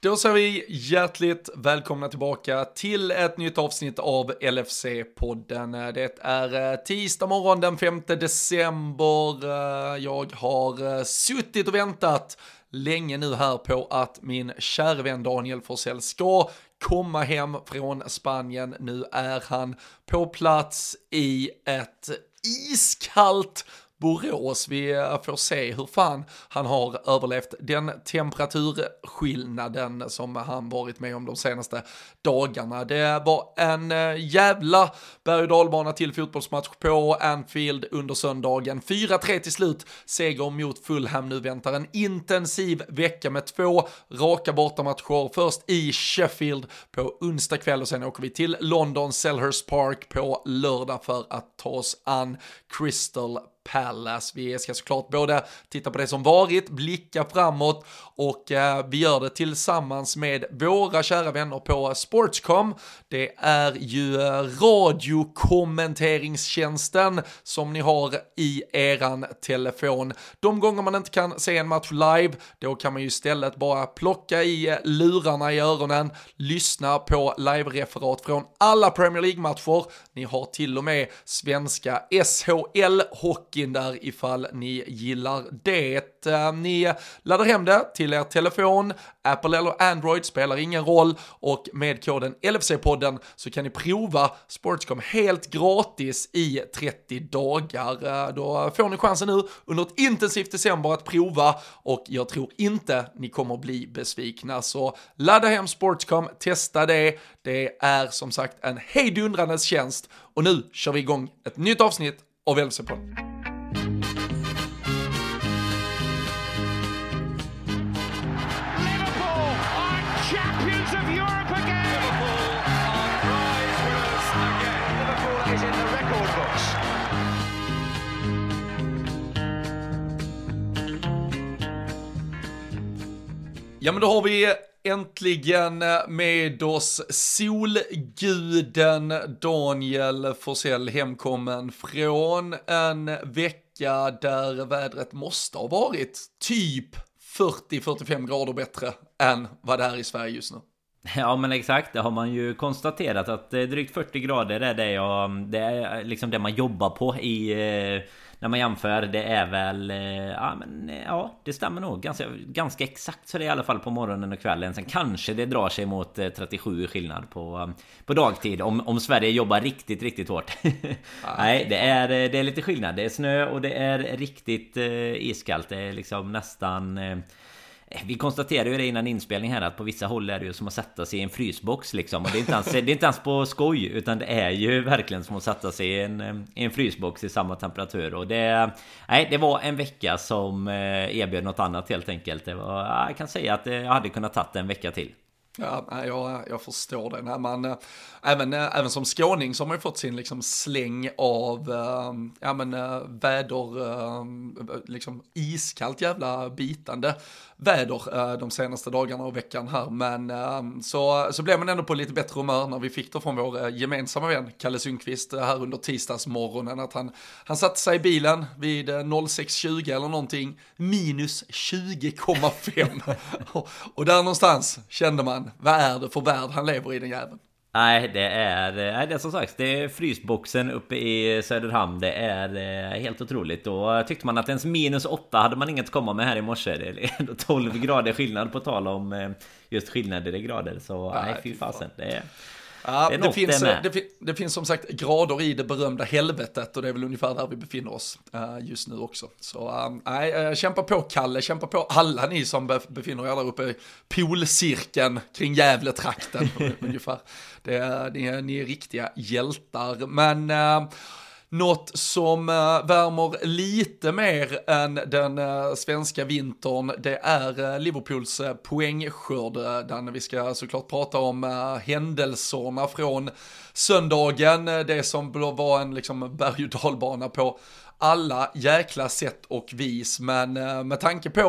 Då säger vi hjärtligt välkomna tillbaka till ett nytt avsnitt av LFC-podden. Det är tisdag morgon den 5 december. Jag har suttit och väntat länge nu här på att min kära vän Daniel Forsell ska komma hem från Spanien. Nu är han på plats i ett iskallt Borås. Vi får se hur fan han har överlevt den temperaturskillnaden som han varit med om de senaste dagarna. Det var en jävla berg- och dalbana till fotbollsmatch på Anfield under söndagen. 4-3 till slut, seger mot Fulham. Nu väntar en intensiv vecka med 2 raka bortamatcher. Först i Sheffield på onsdag kväll och sen åker vi till London Selhurst Park på lördag för att ta oss an Crystal Palace. Vi ska såklart både titta på det som varit, blicka framåt och vi gör det tillsammans med våra kära vänner på Sportscom. Det är ju radiokommenteringstjänsten som ni har i eran telefon. De gånger man inte kan se en match live, då kan man ju istället bara plocka i lurarna i öronen, lyssna på live-referat från alla Premier League-matcher. Ni har till och med svenska SHL-hockey där ifall ni gillar det. Ni laddar hem det till er telefon, Apple eller Android spelar ingen roll, och med koden LFC-podden så kan ni prova Sportscom helt gratis i 30 dagar. Då får ni chansen nu under ett intensivt december att prova, och jag tror inte ni kommer bli besvikna. Så ladda hem Sportscom, testa det. Det är som sagt en hejdundrandes tjänst, och nu kör vi igång ett nytt avsnitt av LFC-podden. Ja, men då har vi äntligen med oss solguden Daniel Forsell, hemkommen från en vecka där vädret måste ha varit typ 40-45 grader bättre än vad det är i Sverige just nu. Ja, men exakt, det har man ju konstaterat att drygt 40 grader är det är liksom det man jobbar på i när man jämför. Det är väl det stämmer nog ganska exakt, så det är i alla fall på morgonen och kvällen. Sen kanske det drar sig mot 37 skillnad på dagtid om Sverige jobbar riktigt hårt. Nej, det är lite skillnad. Det är snö och det är riktigt iskallt. Det är liksom nästan vi konstaterade ju det innan inspelning här att på vissa håll är det ju som att sätta sig i en frysbox liksom. Och det är inte ens på skoj, utan det är ju verkligen som att sätta sig i en frysbox i samma temperatur. Och det var en vecka som erbjöd något annat helt enkelt. Jag kan säga att jag hade kunnat ta en vecka till. Ja, jag förstår det. När man, även som skåning så har man ju fått sin liksom släng av väder, liksom iskallt jävla bitande väder de senaste dagarna och veckan här. Men så blev man ändå på lite bättre humör när vi fick det från vår gemensamma vän Kalle Sundqvist här under tisdagsmorgonen, att han satte sig i bilen vid 06.20 eller någonting, minus 20,5 och där någonstans kände man, vad är det för värld han lever i, den jäveln? Nej, det är som sagt, det är frysboxen uppe i Söderhamn. Det är helt otroligt. Då tyckte man att ens minus 8 hade man inget att komma med här i morse. Det är ändå 12 grader skillnad på tal om just skillnader i grader. Så nej, fy fasen. Det finns som sagt grader i det berömda helvetet, och det är väl ungefär där vi befinner oss just nu också. Så kämpa på Kalle, kämpa på alla ni som befinner er där uppe i polcirkeln kring Gävletrakten ungefär. Ni är riktiga hjältar. Men något som värmer lite mer än den svenska vintern, det är Liverpools poängskörd. Där vi ska såklart prata om händelserna från söndagen. Det som var en liksom berg- och dalbana på alla jäkla sätt och vis. Men med tanke på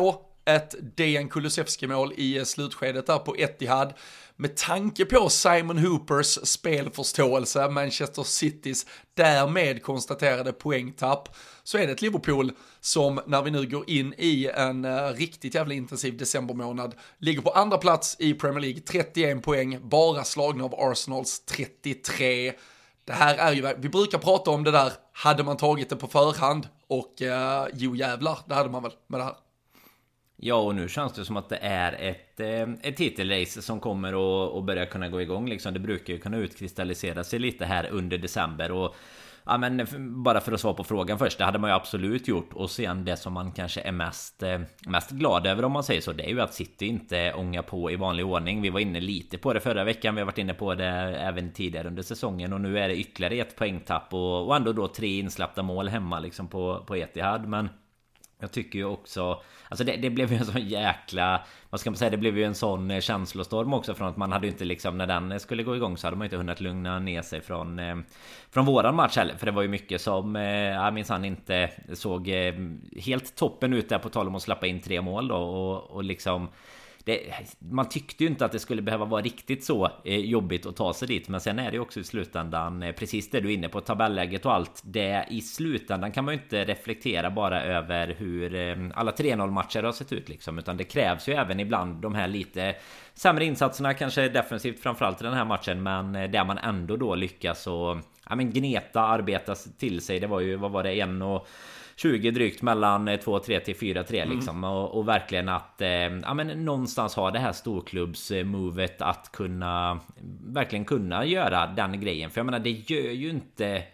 ett Dejan Kulusevski-mål i slutskedet där på Etihad. Med tanke på Simon Hoopers spelförståelse, Manchester Citys därmed konstaterade poängtapp, så är det ett Liverpool som när vi nu går in i en riktigt jävla intensiv decembermånad ligger på andra plats i Premier League, 31 poäng, bara slagna av Arsenals 33. Det här är ju, vi brukar prata om det där, hade man tagit det på förhand, och jo jävlar, det hade man väl med det här. Ja, och nu känns det som att det är ett titelrace som kommer att börja kunna gå igång liksom. Det brukar ju kunna utkristallisera sig lite här under december. Och ja, men bara för att svara på frågan först, det hade man ju absolut gjort. Och sen det som man kanske är mest glad över, om man säger så, det är ju att City inte ångar på i vanlig ordning. Vi var inne lite på det förra veckan, vi har varit inne på det även tidigare under säsongen, och nu är det ytterligare ett poängtapp och ändå då 3 insläppta mål hemma liksom på Etihad. Men jag tycker ju också, alltså det blev ju en sån jäkla, vad ska man säga, det blev ju en sån känslostorm också, från att man hade inte liksom, när den skulle gå igång så hade man inte hunnit lugna ner sig från våran match heller, för det var ju mycket som jag minns han inte såg helt toppen ut där, på tal om att släppa in 3 mål då, och liksom man tyckte ju inte att det skulle behöva vara riktigt så jobbigt att ta sig dit. Men sen är det ju också i slutändan precis det du är inne på, tabelläget och allt det. I slutändan kan man ju inte reflektera bara över hur alla 3-0 matcher har sett ut liksom, utan det krävs ju även ibland de här lite sämre insatserna, kanske defensivt framförallt i den här matchen, men där man ändå då lyckas och gneta, arbeta till sig. Det var ju, vad var det, 1:20 drygt mellan 2-3 till 4-3 liksom. Och verkligen att någonstans ha det här storklubbsmovet att verkligen kunna göra den grejen. För jag menar, det gör ju inte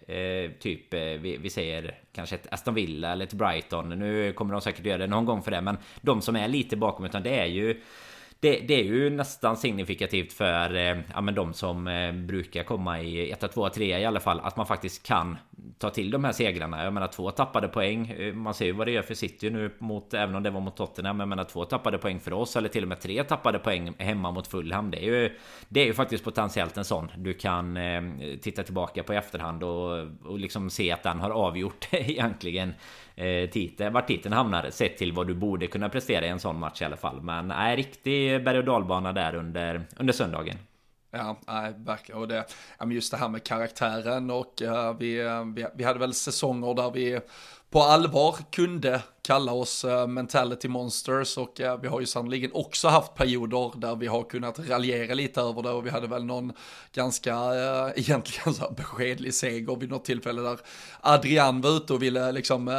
vi säger kanske ett Aston Villa eller ett Brighton. Nu kommer de säkert göra det någon gång för det, men de som är lite bakom, utan det är ju det är ju nästan signifikativt för de som brukar komma i 1, 2, 3 i alla fall, att man faktiskt kan ta till de här segrarna. Jag menar, 2 tappade poäng, man ser ju vad det gör för City nu, även om det var mot Tottenham, men jag menar 2 tappade poäng för oss, eller till och med 3 tappade poäng hemma mot Fulham. Det är ju faktiskt potentiellt en sån du kan titta tillbaka på i efterhand och liksom se att den har avgjort egentligen vart titeln hamnar, sett till vad du borde kunna prestera i en sån match i alla fall. Men riktig berg- och dalbana där under söndagen. Ja, nej, verkligen. Och det, just det här med karaktären, och vi hade väl säsonger där vi på allvar kunde kalla oss mentality monsters, och vi har ju sannolikt också haft perioder där vi har kunnat raljera lite över det, och vi hade väl någon ganska egentligen så här beskedlig seger vid något tillfälle där Adrian var ute och ville liksom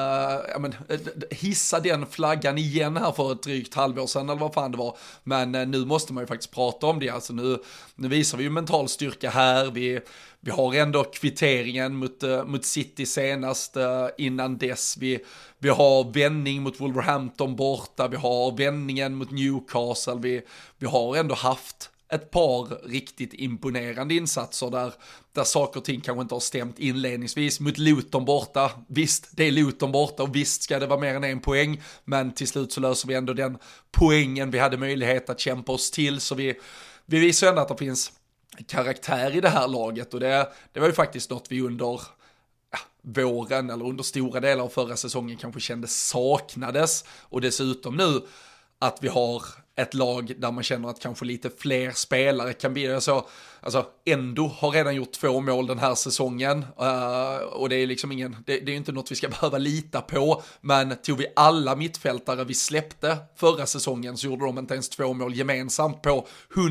hissa den flaggan igen här för ett drygt halvår sedan eller vad fan det var. Men nu måste man ju faktiskt prata om det. Alltså nu visar vi ju mental styrka här. Vi har ändå kvitteringen mot City senast, innan dess. Vi har vändning mot Wolverhampton borta, vi har vändningen mot Newcastle, vi har ändå haft ett par riktigt imponerande insatser där saker och ting kanske inte har stämt inledningsvis. Mot Luton borta, visst det är Luton borta, och visst ska det vara mer än 1 poäng, men till slut så löser vi ändå den poängen vi hade möjlighet att kämpa oss till. Så vi visar ändå att det finns karaktär i det här laget, och det var ju faktiskt något vi under våren eller under stora delar av förra säsongen kanske kände saknades, och dessutom nu att vi har ett lag där man känner att kanske lite fler spelare kan bli så. Alltså Endo har redan gjort 2 mål den här säsongen, och det är liksom det är inte något vi ska behöva lita på, men tog vi alla mittfältare vi släppte förra säsongen så gjorde de inte ens 2 mål gemensamt på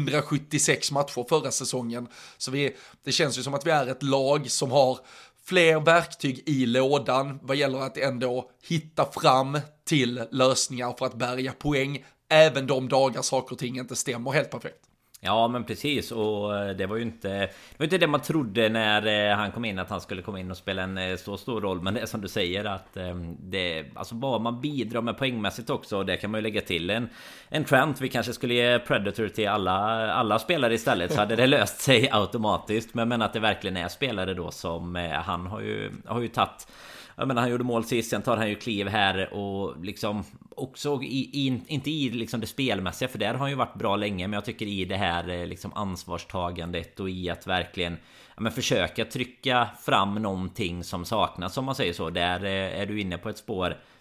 176 matcher förra säsongen. Så det känns ju som att vi är ett lag som har fler verktyg i lådan vad gäller att ändå hitta fram till lösningar för att bärga poäng, även de dagar saker och ting inte stämmer helt perfekt. Ja, men precis, och det var ju inte det man trodde när han kom in, att han skulle komma in och spela en så stor roll. Men det är som du säger, att det, alltså bara man bidrar med poängmässigt också, och det kan man ju lägga till en Trent. Vi kanske skulle ge Predator till alla spelare istället, så hade det löst sig automatiskt. Men att det verkligen är spelare då som han har ju tagit. Jag menar, han gjorde mål sist, sen tar han ju kliv här, och liksom också inte i liksom det spelmässiga, för där har han ju varit bra länge, men jag tycker i det här liksom ansvarstagandet och i att verkligen försöka trycka fram någonting som saknas, som man säger så. Där är du inne på ett spår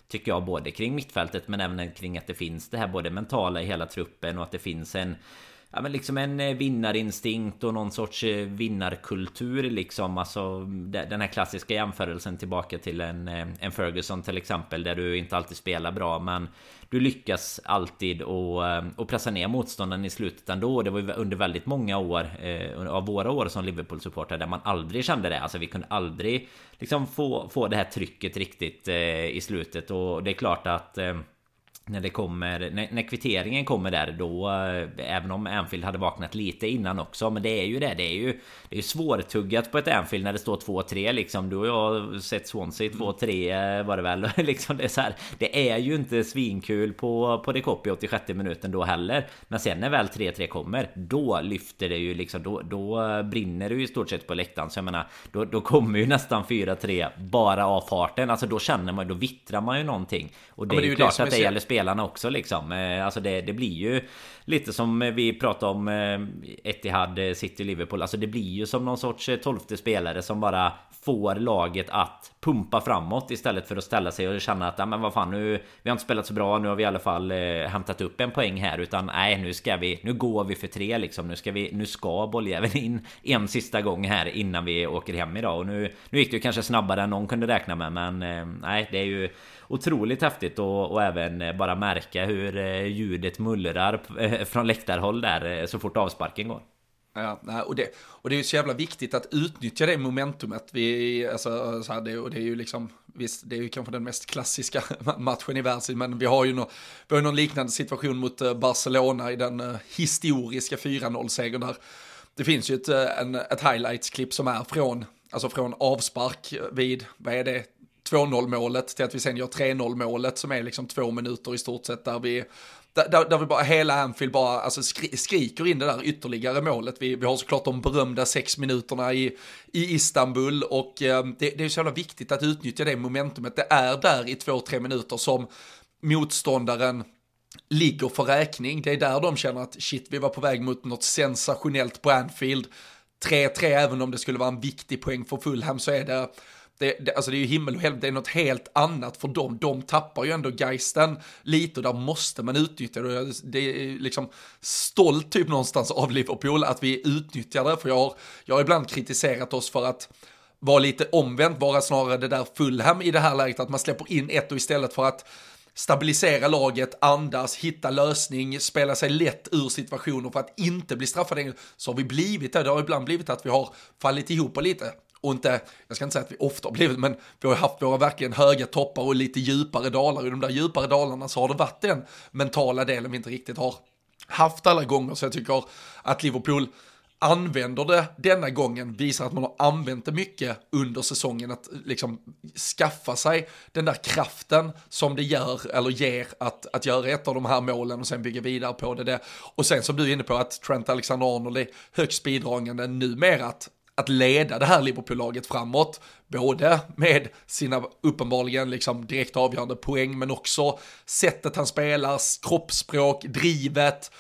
tycker jag, både kring mittfältet men även kring att det finns det här både mentala i hela truppen och att det finns en liksom en vinnarinstinkt och någon sorts vinnarkultur liksom. Alltså den här klassiska jämförelsen tillbaka till en Ferguson till exempel, där du inte alltid spelar bra men du lyckas alltid och pressa ner motståndaren i slutet ändå. Det var ju under väldigt många år av våra år som Liverpool-supporter där man aldrig kände det. Alltså vi kunde aldrig liksom få det här trycket riktigt i slutet. Och det är klart att när det kommer, när kvitteringen kommer där då, även om Anfield hade vaknat lite innan också, men det är ju det är ju svårtuggat på ett Anfield när det står 2-3 liksom. Du och jag har sett Swansea 2-3 var det väl liksom. Det är så här, det är ju inte svinkul på det kopi 86 minuten då heller, men sen när väl 3-3 kommer, då lyfter det ju liksom, då brinner det ju i stort sett på läktaren. Så jag menar, då kommer ju nästan 4-3 bara av farten. Alltså då känner man, då vittrar man ju någonting. Och det är ju klart att det gäller spelarna också liksom. Alltså det blir ju lite som vi pratade om Etihad, City, Liverpool. Alltså det blir ju som någon sorts 12:e spelare som bara får laget att pumpa framåt istället för att ställa sig och känna att men vad fan, nu vi har inte spelat så bra, nu har vi i alla fall hämtat upp en poäng här, utan nej, nu går vi för 3 liksom. Nu ska bolljäveln in en sista gång här innan vi åker hem idag. Och nu gick det ju kanske snabbare än någon kunde räkna med, men nej, det är ju otroligt häftigt och även bara märka hur ljudet mullrar från läktarhåll där så fort avsparken går. Ja, och det är ju så jävla viktigt att utnyttja det momentumet. Alltså, så här, det är ju liksom, visst, det är ju kanske den mest klassiska matchen i världen, men vi har ju någon liknande situation mot Barcelona i den historiska 4-0-segern där. Det finns ju ett highlights-klipp som är från avspark vid, vad är det, 2-0 målet till att vi sen gör 3-0 målet som är liksom 2 minuter i stort sett, där vi bara, hela Anfield bara alltså skriker in det där ytterligare målet. Vi har såklart de berömda 6 minuterna i Istanbul, och det är så jävla viktigt att utnyttja det momentumet. Det är där i 2-3 minuter som motståndaren ligger för räkning. Det är där de känner att shit, vi var på väg mot något sensationellt på Anfield. 3-3, även om det skulle vara en viktig poäng för Fulham, så är det alltså det är ju himmel och helvete, det är något helt annat för dem. De tappar ju ändå geisten lite, och där måste man utnyttja det. Det är liksom stolt typ någonstans av Liverpool att vi utnyttjar det, för jag har ibland kritiserat oss för att vara lite omvänt, vara snarare det där Fulham i det här läget, att man släpper in ett och istället för att stabilisera laget, andas, hitta lösning, spela sig lätt ur situationer för att inte bli straffade, så har vi blivit det. Det har ibland blivit att vi har fallit ihop lite. Och inte, jag ska inte säga att vi ofta har blivit, men vi har haft våra verkligen höga toppar och lite djupare dalar. I de där djupare dalarna så har det varit den mentala delen vi inte riktigt har haft alla gånger. Så jag tycker att Liverpool använder det denna gången, visar att man har använt det mycket under säsongen, att liksom skaffa sig den där kraften som det ger att göra ett av de här målen och sen bygga vidare på det. Och sen som du är inne på, att Trent Alexander-Arnold är högst bidragande numera att leda det här Liverpool-laget framåt, både med sina uppenbarligen liksom direkt avgörande poäng, men också sättet han spelar, kroppsspråk, drivet.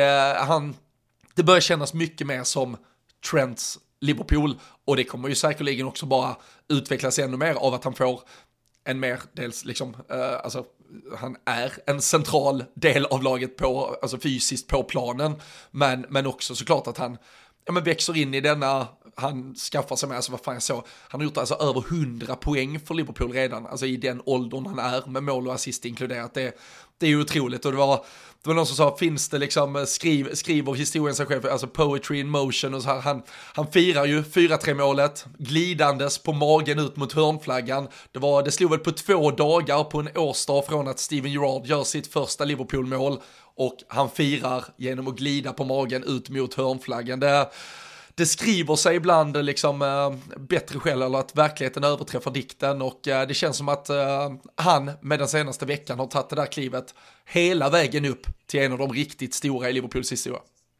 Det börjar kännas mycket mer som Trents Liverpool, och det kommer ju säkerligen också bara utvecklas ännu mer av att han får en mer dels liksom, alltså han är en central del av laget på, alltså fysiskt på planen, men också såklart att han växer in i denna, han skaffar sig med, alltså vad fan jag så, han har gjort alltså över 100 poäng för Liverpool redan, alltså i den åldern han är, med mål och assist inkluderat. Det är ju otroligt, och det var någon som sa, finns det liksom, skriver historien sig själv, alltså poetry in motion, och så här, han firar ju 4-3 målet, glidandes på magen ut mot hörnflaggan. Det slog väl på 2 dagar på en årsdag från att Steven Gerrard gör sitt första Liverpool-mål, och han firar genom att glida på magen ut mot hörnflaggan. Det skriver sig ibland liksom bättre själv, eller att verkligheten överträffar dikten, och det känns som att han med den senaste veckan har tagit det där klivet hela vägen upp till en av de riktigt stora i Liverpools historia.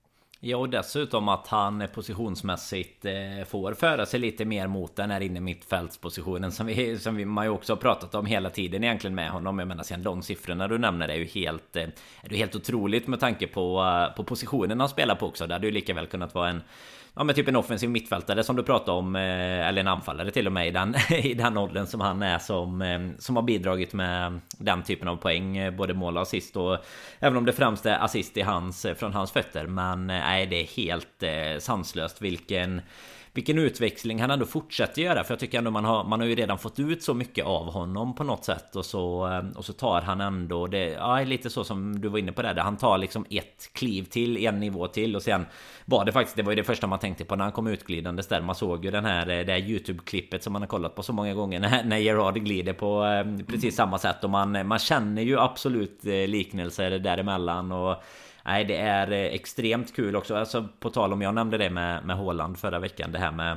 Ja, och dessutom att han positionsmässigt får föra sig lite mer mot den här inne mittfältspositionen som man ju också har pratat om hela tiden egentligen med honom. Jag menar, sen de siffrorna du nämner är ju helt otroligt med tanke på positionen han spelar på också. Det hade ju lika väl kunnat vara men typ en offensiv mittfältare som du pratade om, eller en anfallare till och med i den åldern som han är, som har bidragit med den typen av poäng, både mål och assist, och även om det främst är assist från hans fötter. Men nej, det är helt sanslöst vilken utväxling han ändå fortsätter göra. För jag tycker ändå man har ju redan fått ut så mycket av honom på något sätt. Och så tar han ändå det, lite så som du var inne på där han tar liksom ett kliv till, en nivå till. Och sen var det var ju det första man tänkte på när han kom utglidandes där. Man såg ju det här YouTube-klippet som man har kollat på så många gånger när Gerard glider på precis samma sätt. Och man känner ju absolut liknelser däremellan. Och nej, det är extremt kul också. Alltså, på tal om, jag nämnde det med Haaland förra veckan, det här med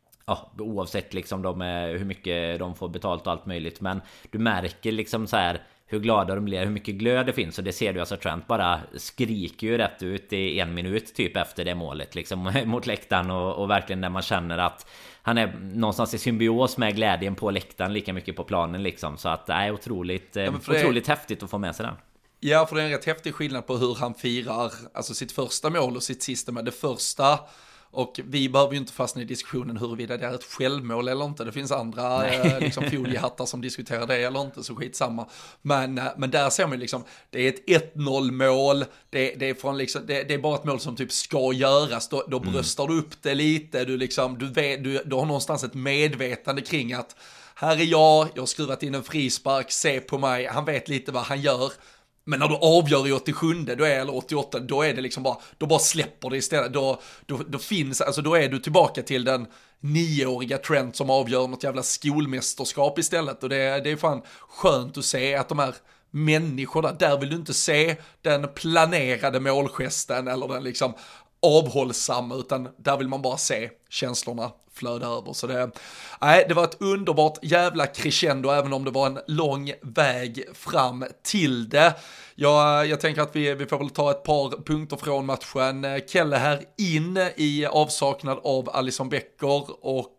oavsett liksom hur mycket de får betalt och allt möjligt, men du märker liksom så här hur glada de blir, hur mycket glöd det finns. Och det ser du, alltså Trent bara skriker ju rätt ut i 1 minut typ efter det målet liksom mot läktaren, och verkligen när man känner att han är någonstans i symbios med glädjen på läktaren lika mycket på planen liksom. Så att det är otroligt häftigt att få med sig den. Ja, för det är en rätt häftig skillnad på hur han firar alltså sitt första mål och sitt sista med det första. Och vi behöver ju inte fastna i diskussionen huruvida det är ett självmål eller inte. Det finns andra liksom foliehattar som diskuterar det eller inte, så skitsamma. Men där ser man liksom, det är ett 1-0 mål. Det är från liksom, det är bara ett mål som typ ska göras. Då bröstar du upp det lite. Du har någonstans ett medvetande kring att här är jag har skruvat in en frispark, se på mig. Han vet lite vad han gör. Men när du avgör i 87 eller 88, då är det liksom bara släpper det istället. Då finns, alltså då är du tillbaka till den 9-åriga Trent som avgör något jävla skolmästerskap istället. Och det är fan skönt att se att de här människorna, där vill du inte se den planerade målgesten eller den liksom avhållsamma, utan där vill man bara se känslorna flöda över. Så det var ett underbart jävla crescendo, även om det var en lång väg fram till det. Jag tänker att vi får väl ta ett par punkter från matchen. Kelleher in i avsaknad av Alisson Becker, och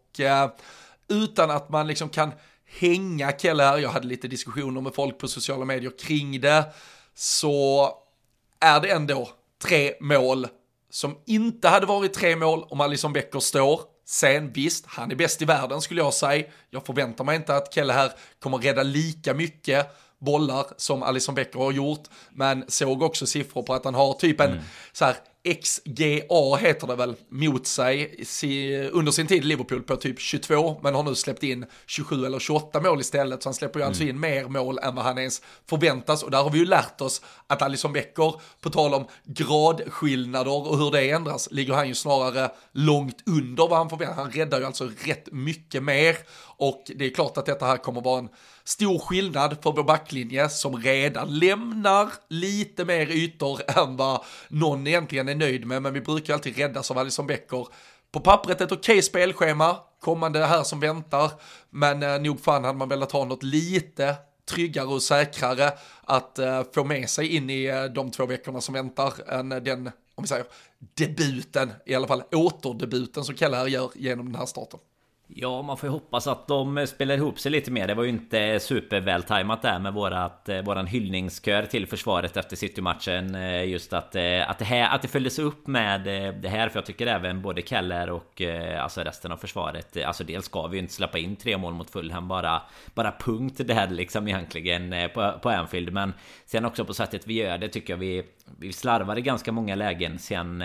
utan att man liksom kan hänga Kelleher, jag hade lite diskussioner med folk på sociala medier kring det, så är det ändå 3 mål som inte hade varit 3 mål om Alisson Becker står. Sen visst, han är bäst i världen skulle jag säga. Jag förväntar mig inte att Kelleher kommer rädda lika mycket bollar som Alisson Becker har gjort, men såg också siffror på att han har typ en så här XGA heter det väl mot sig under sin tid i Liverpool på typ 22, men har nu släppt in 27 eller 28 mål istället, så han släpper ju alltså in mer mål än vad han ens förväntas. Och där har vi ju lärt oss att Alisson Becker, på tal om gradskillnader och hur det ändras, ligger han ju snarare långt under vad han förväntas. Han räddar ju alltså rätt mycket mer, och det är klart att detta här kommer vara en stor skillnad för vår backlinje som redan lämnar lite mer ytor än vad någon egentligen är nöjd med, men vi brukar alltid räddas av Alisson Becker. På pappret ett okej spelschema kommande här som väntar, men nog fan hade man velat ha något lite tryggare och säkrare att få med sig in i de 2 veckorna som väntar än den, om vi säger, debuten, i alla fall återdebuten som Kelleher gör genom den här starten. Ja, man får ju hoppas att de spelar ihop sig lite mer. Det var ju inte supervältajmat där med våran hyllningskör till försvaret efter City-matchen. Just att det följdes upp med det här. För jag tycker även både Keller och alltså resten av försvaret, alltså dels ska vi ju inte släppa in 3 mål mot Fulham, bara punkt det här liksom egentligen på Anfield. Men sen också på sättet vi gör det, tycker jag vi slarvade ganska många lägen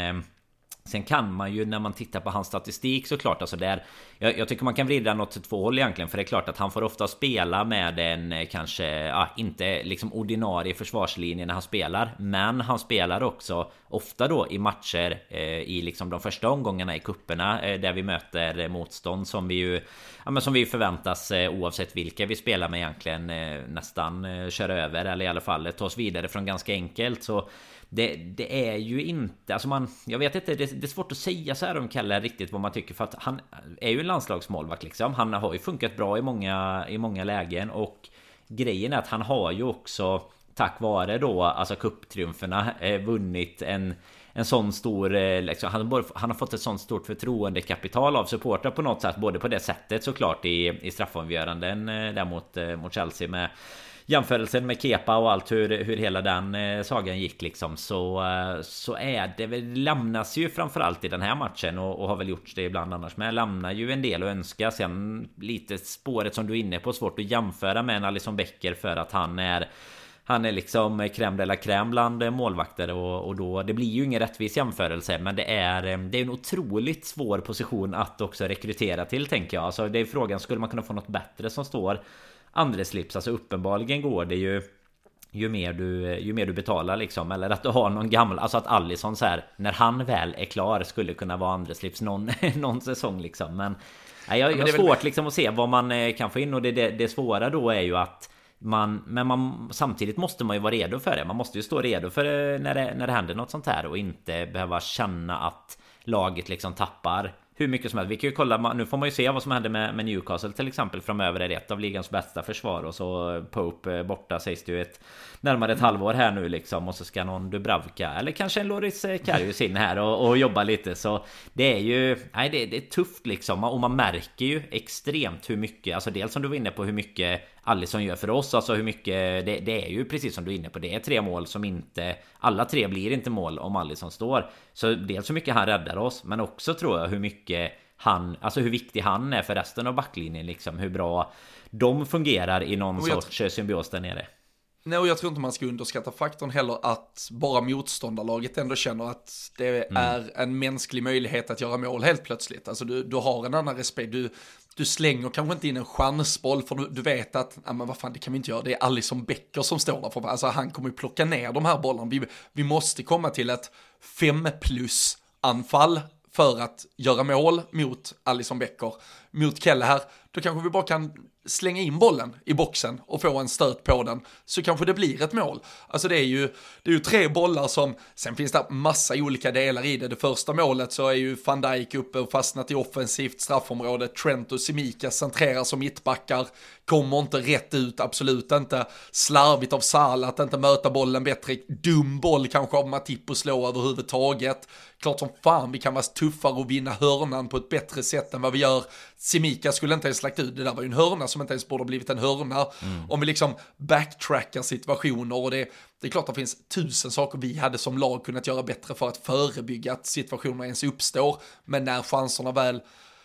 Sen kan man ju, när man tittar på hans statistik, såklart, alltså där, jag tycker man kan vrida något till 2 håll egentligen. För det är klart att han får ofta spela med en kanske inte liksom ordinarie försvarslinje när han spelar, men han spelar också ofta då i matcher i liksom de första omgångarna i kupperna, där vi möter motstånd som vi ju som vi förväntas, oavsett vilka vi spelar med, egentligen nästan köra över, eller i alla fall ta oss vidare från ganska enkelt. Så det är ju inte, alltså jag vet inte, det är svårt att säga så här om Kalle riktigt vad man tycker, för att han är ju en landslagsmålvakt liksom. Han har ju funkat bra i många lägen, och grejen är att han har ju också tack vare då alltså cuptriumferna vunnit en sån stor liksom, han har fått ett sånt stort förtroendekapital av supportrar på något sätt, både på det sättet såklart i straffavgöranden där mot Chelsea, med jämförelsen med Kepa och allt hur hela den sagan gick liksom, så är det väl, lämnas ju framförallt i den här matchen och har väl gjort det ibland annars, men lämnar ju en del att önska. Sen lite spåret som du är inne på, svårt att jämföra med en Alisson Becker för att han är liksom crème de la crème bland målvakter, och då det blir ju ingen rättvis jämförelse, men det är en otroligt svår position att också rekrytera till, tänker jag. Alltså det är frågan, skulle man kunna få något bättre som står andra slips? Alltså uppenbarligen går det ju mer du betalar liksom, eller att du har någon gammal, alltså att Alisson så här, när han väl är klar, skulle kunna vara andra slips någon säsong liksom. Men jag har svårt liksom att se vad man kan få in, och det svåra då är ju att man samtidigt måste man ju vara redo för det. Man måste ju stå redo för det när det händer något sånt här, och inte behöva känna att laget liksom tappar hur mycket som helst. Vi kan ju kolla, nu får man ju se vad som händer med Newcastle till exempel framöver. Är det ett av ligans bästa försvar, och så Pope borta sägs det ju närmare ett halvår här nu liksom, och så ska någon Dubravka eller kanske en Loris Karius in här och jobba lite. Så det är ju, nej, det är tufft liksom, och man märker ju extremt hur mycket, alltså dels som du var inne på, hur mycket Alisson gör för oss, alltså hur mycket det är ju precis som du är inne på, det är 3 mål som inte, alla 3 blir inte mål om Alisson står. Så dels hur mycket han räddar oss, men också tror jag hur mycket alltså hur viktig han är för resten av backlinjen liksom, hur bra de fungerar i någon sorts symbios där nere. Nej, och jag tror inte man ska underskatta faktorn heller, att bara motståndarlaget ändå känner att det är en mänsklig möjlighet att göra mål helt plötsligt. Alltså du har en annan respekt, du slänger kanske inte in en chansboll, för du vet att, men vad fan, det kan vi inte göra, det är Alisson Becker som står där för, alltså han kommer ju plocka ner de här bollarna. Vi måste komma till ett 5+ anfall för att göra mål mot Alisson Becker. Mot Kelle här, då kanske vi bara kan slänga in bollen i boxen och få en stöt på den, så kanske det blir ett mål. Alltså det är ju 3 bollar som, sen finns det massa olika delar i det. Det första målet så är ju Van Dijk uppe och fastnat i offensivt straffområde. Trent och Tsimikas centrerar som mittbackar, kommer inte rätt ut, absolut inte. Slarvigt av Salah att inte möta bollen bättre. Dum boll kanske av Matip att slå överhuvudtaget. Klart som fan vi kan vara tuffare och vinna hörnan på ett bättre sätt än vad vi gör. Tsimikas skulle inte ens lagt ut, det där var ju en hörna som inte ens borde ha blivit en hörna. Om vi liksom backtrackar situationer, och det är klart att det finns 1000 saker vi hade som lag kunnat göra bättre för att förebygga att situationerna ens uppstår, men när chanserna väl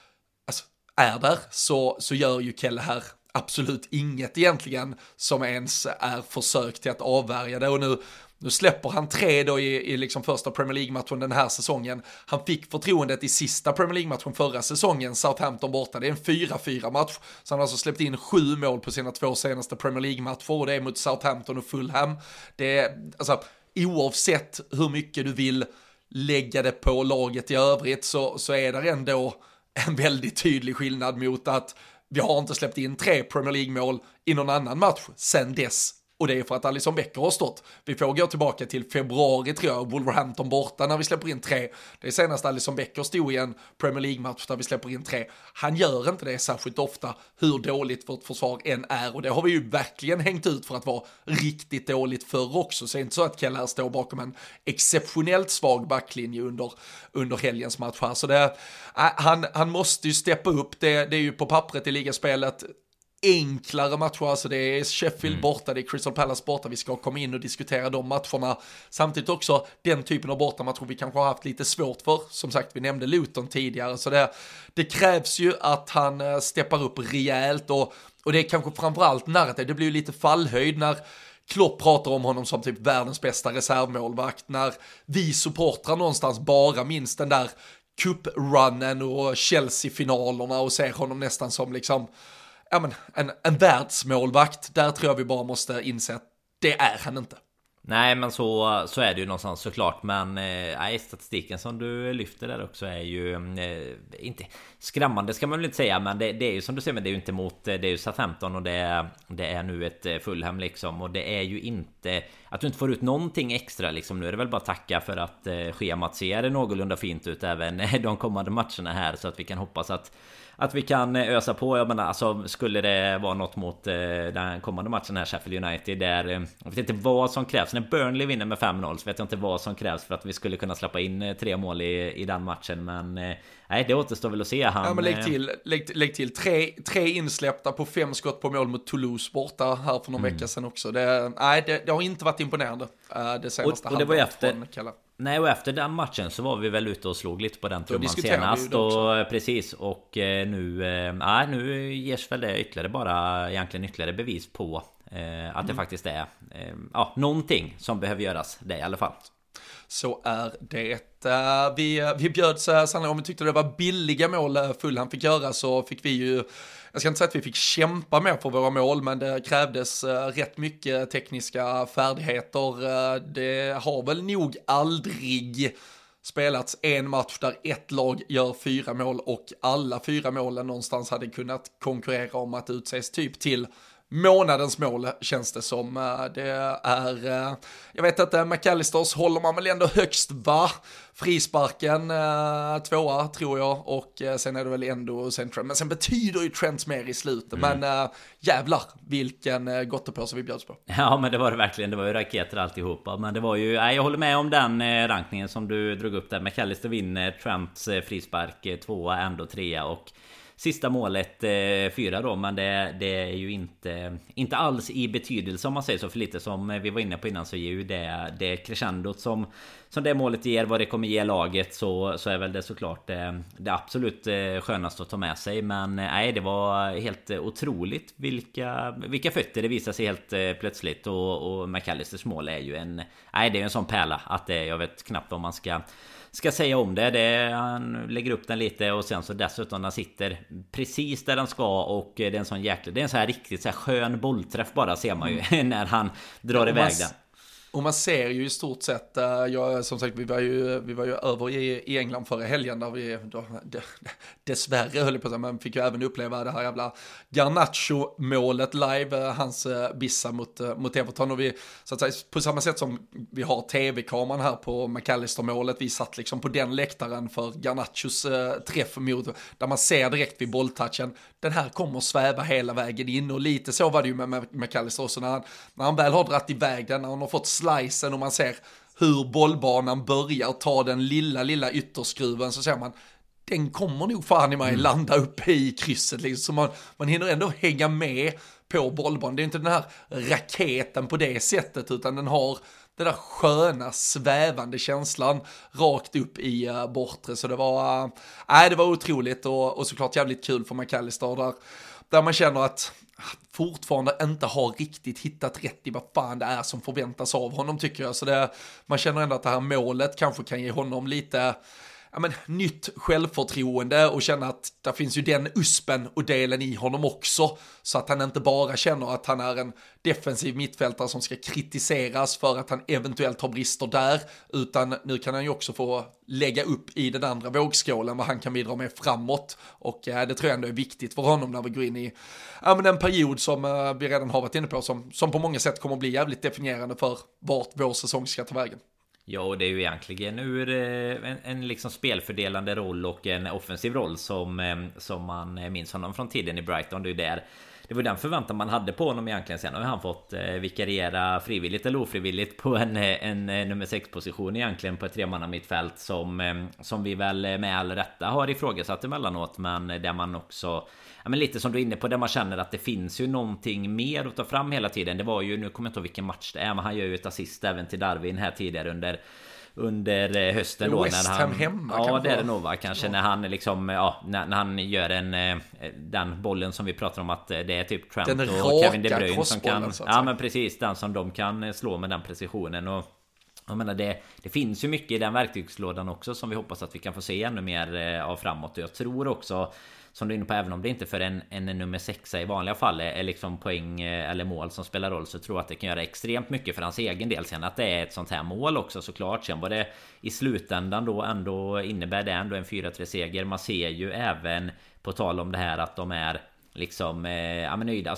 är där så gör ju Kelle här absolut inget egentligen som ens är försök till att avvärja det. Och nu släpper han 3 då i liksom första Premier League-matchen den här säsongen. Han fick förtroendet i sista Premier League-matchen förra säsongen, Southampton borta. Det är en 4-4-match. Så han har alltså släppt in 7 mål på sina 2 senaste Premier League-matcher, och det är mot Southampton och Fulham. Det är, alltså, oavsett hur mycket du vill lägga det på laget i övrigt, så är det ändå en väldigt tydlig skillnad mot att vi har inte släppt in 3 Premier League-mål i någon annan match sen dess. Och det är för att Alisson Becker har stått. Vi får gå tillbaka till februari, tror jag, Wolverhampton borta när vi släpper in 3. Det är senast Alisson Becker stod i en Premier League-match där vi släpper in 3. Han gör inte det särskilt ofta, hur dåligt vårt försvar än är. Och det har vi ju verkligen hängt ut för att vara riktigt dåligt förr också. Så det är inte så att Keller står bakom en exceptionellt svag backlinje under helgens match här. Så han måste ju steppa upp. Det är ju på pappret i ligaspelet enklare matcher, alltså det är Sheffield borta, det är Crystal Palace borta, vi ska komma in och diskutera de matcherna. Samtidigt också den typen av bortamatcher vi kanske har haft lite svårt för, som sagt vi nämnde Luton tidigare, så det krävs ju att han steppar upp rejält, och det är kanske framförallt narrativ, det blir ju lite fallhöjd när Klopp pratar om honom som typ världens bästa reservmålvakt, när vi supportrar någonstans bara minns den där cup-runnen och Chelsea-finalerna och ser honom nästan som liksom en världsmålvakt. Där tror jag vi bara måste inse att det är han inte. Nej, men så är det ju någonstans såklart. Men statistiken som du lyfter där också är ju inte skrämmande, ska man väl inte säga. Men det är ju som du säger, men det är ju inte mot, det är ju Southampton och det är nu ett Fulham liksom. Och det är ju inte att du inte får ut någonting extra liksom. Nu är det väl bara tacka för att schemat ser någorlunda fint ut även de kommande matcherna här, så att vi kan hoppas att vi kan ösa på. Jag menar, alltså, skulle det vara något mot den kommande matchen här, Sheffield United, där jag vet inte vad som krävs. när Burnley vinner med 5-0 så vet jag inte vad som krävs för att vi skulle kunna släppa in 3 mål i den matchen. Men nej, det återstår väl att se. Ja, men lägg till 3 insläppta på 5 skott på mål mot Toulouse borta här för någon vecka sedan också. Det har inte varit imponerande det senaste och det var ju efter från Kalla. Nej, och efter den matchen så var vi väl ute och slog lite på den trumman senast och precis, och nu ges väl det ytterligare bevis på att det faktiskt är någonting som behöver göras, det i alla fall. Så är det. Vi bjöds sannolikt, om vi tyckte det var billiga mål Fulham fick göra, så fick vi ju, jag ska inte säga att vi fick kämpa mer för våra mål, men det krävdes rätt mycket tekniska färdigheter. Det har väl nog aldrig spelats en match där ett lag gör 4 mål och alla 4 målen någonstans hade kunnat konkurrera om att utses typ till månadens mål, känns det som. Det är, jag vet att McAllisters håller man väl ändå högst, va? Frisparken 2 tror jag, och sen är det väl ändå och sen Trent. Men sen betyder ju Trent mer i slutet. Men jävlar vilken gottepåse vi bjöds på. Ja, men det var det verkligen. Det var ju raketer alltihopa. Men det var ju, jag håller med om den rankningen som du drog upp där. McAllister vinner, Trents frispark 2, ändå 3 och sista målet 4 då, men det är ju inte alls i betydelse om man säger så, för lite som vi var inne på innan så ger ju det crescendot som det målet ger, vad det kommer ge laget, så är väl det såklart det absolut skönaste att ta med sig. Men nej, det var helt otroligt vilka fötter det visar sig helt plötsligt, och McAllisters mål är ju det är en sån pärla att jag vet knappt vad man ska säga om det. Han lägger upp den lite och sen så dessutom den sitter precis där den ska, och det är en sån jäkla, det är en så här riktigt så här skön bollträff bara, ser man ju när han drar iväg den. Och man ser ju i stort sett, som sagt, vi var ju över i England förra helgen där vi dessvärre höll på, men fick ju även uppleva det här jävla Garnacho-målet live, hans bissa mot Everton, och vi, så att säga, på samma sätt som vi har tv-kameran här på McAllister-målet, vi satt liksom på den läktaren för Garnachos träff mot, där man ser direkt vid bolltouchen, den här kommer sväva hela vägen in, och lite så var det ju med McAllister också, när han väl har dratt iväg den, när han har fått slicen och man ser hur bollbanan börjar ta den lilla ytterskruven, så ser man, den kommer nog fan i mig landa uppe i krysset liksom. Så man hinner ändå hänga med på bollbanan. Det är inte den här raketen på det sättet, utan den har den där sköna svävande känslan rakt upp i bortre. Så det var otroligt, och såklart jävligt kul för McAllister där man känner att fortfarande inte har riktigt hittat rätt i vad fan det är som förväntas av honom, tycker jag. Så man känner ändå att det här målet kanske kan ge honom lite nytt självförtroende, och känna att det finns ju den uspen och delen i honom också, så att han inte bara känner att han är en defensiv mittfältare som ska kritiseras för att han eventuellt har brister där, utan nu kan han ju också få lägga upp i den andra vågskålen vad han kan bidra med framåt, och det tror jag ändå är viktigt för honom när vi går in i en period som vi redan har varit inne på, som på många sätt kommer att bli jävligt definierande för vart vår säsong ska ta vägen. Ja, och det är ju egentligen ur en liksom spelfördelande roll och en offensiv roll som man minns honom från tiden i Brighton. Det var den förväntan man hade på honom egentligen. Sen har han fått vikariera frivilligt eller ofrivilligt på en nummer 6-position egentligen på ett 3-manna mittfält som vi väl med all rätta har ifrågasatt emellanåt, men där man också, men lite som du är inne på, där man känner att det finns ju någonting mer att ta fram hela tiden. Det var ju, nu kommer jag inte ihåg vilken match det är, men han gör ju ett assist även till Darwin här tidigare under hösten då, West Ham hemma, ja, det är det nog, va? Kanske när han liksom, när han gör den bollen som vi pratar om, att det är typ Trent den och Kevin De Bruyne som kan, men precis, den som de kan slå med den precisionen. Och jag menar, det finns ju mycket i den verktygslådan också som vi hoppas att vi kan få se ännu mer av framåt. Och jag tror också, som du är inne på, även om det inte för en nummer 6 i vanliga fall är liksom poäng eller mål som spelar roll, så tror jag att det kan göra extremt mycket för hans egen del sen, att det är ett sånt här mål också såklart. Sen vad det i slutändan då ändå innebär, det ändå en 4-3 seger. Man ser ju även, på tal om det här, att de är liksom nöjda. Alltså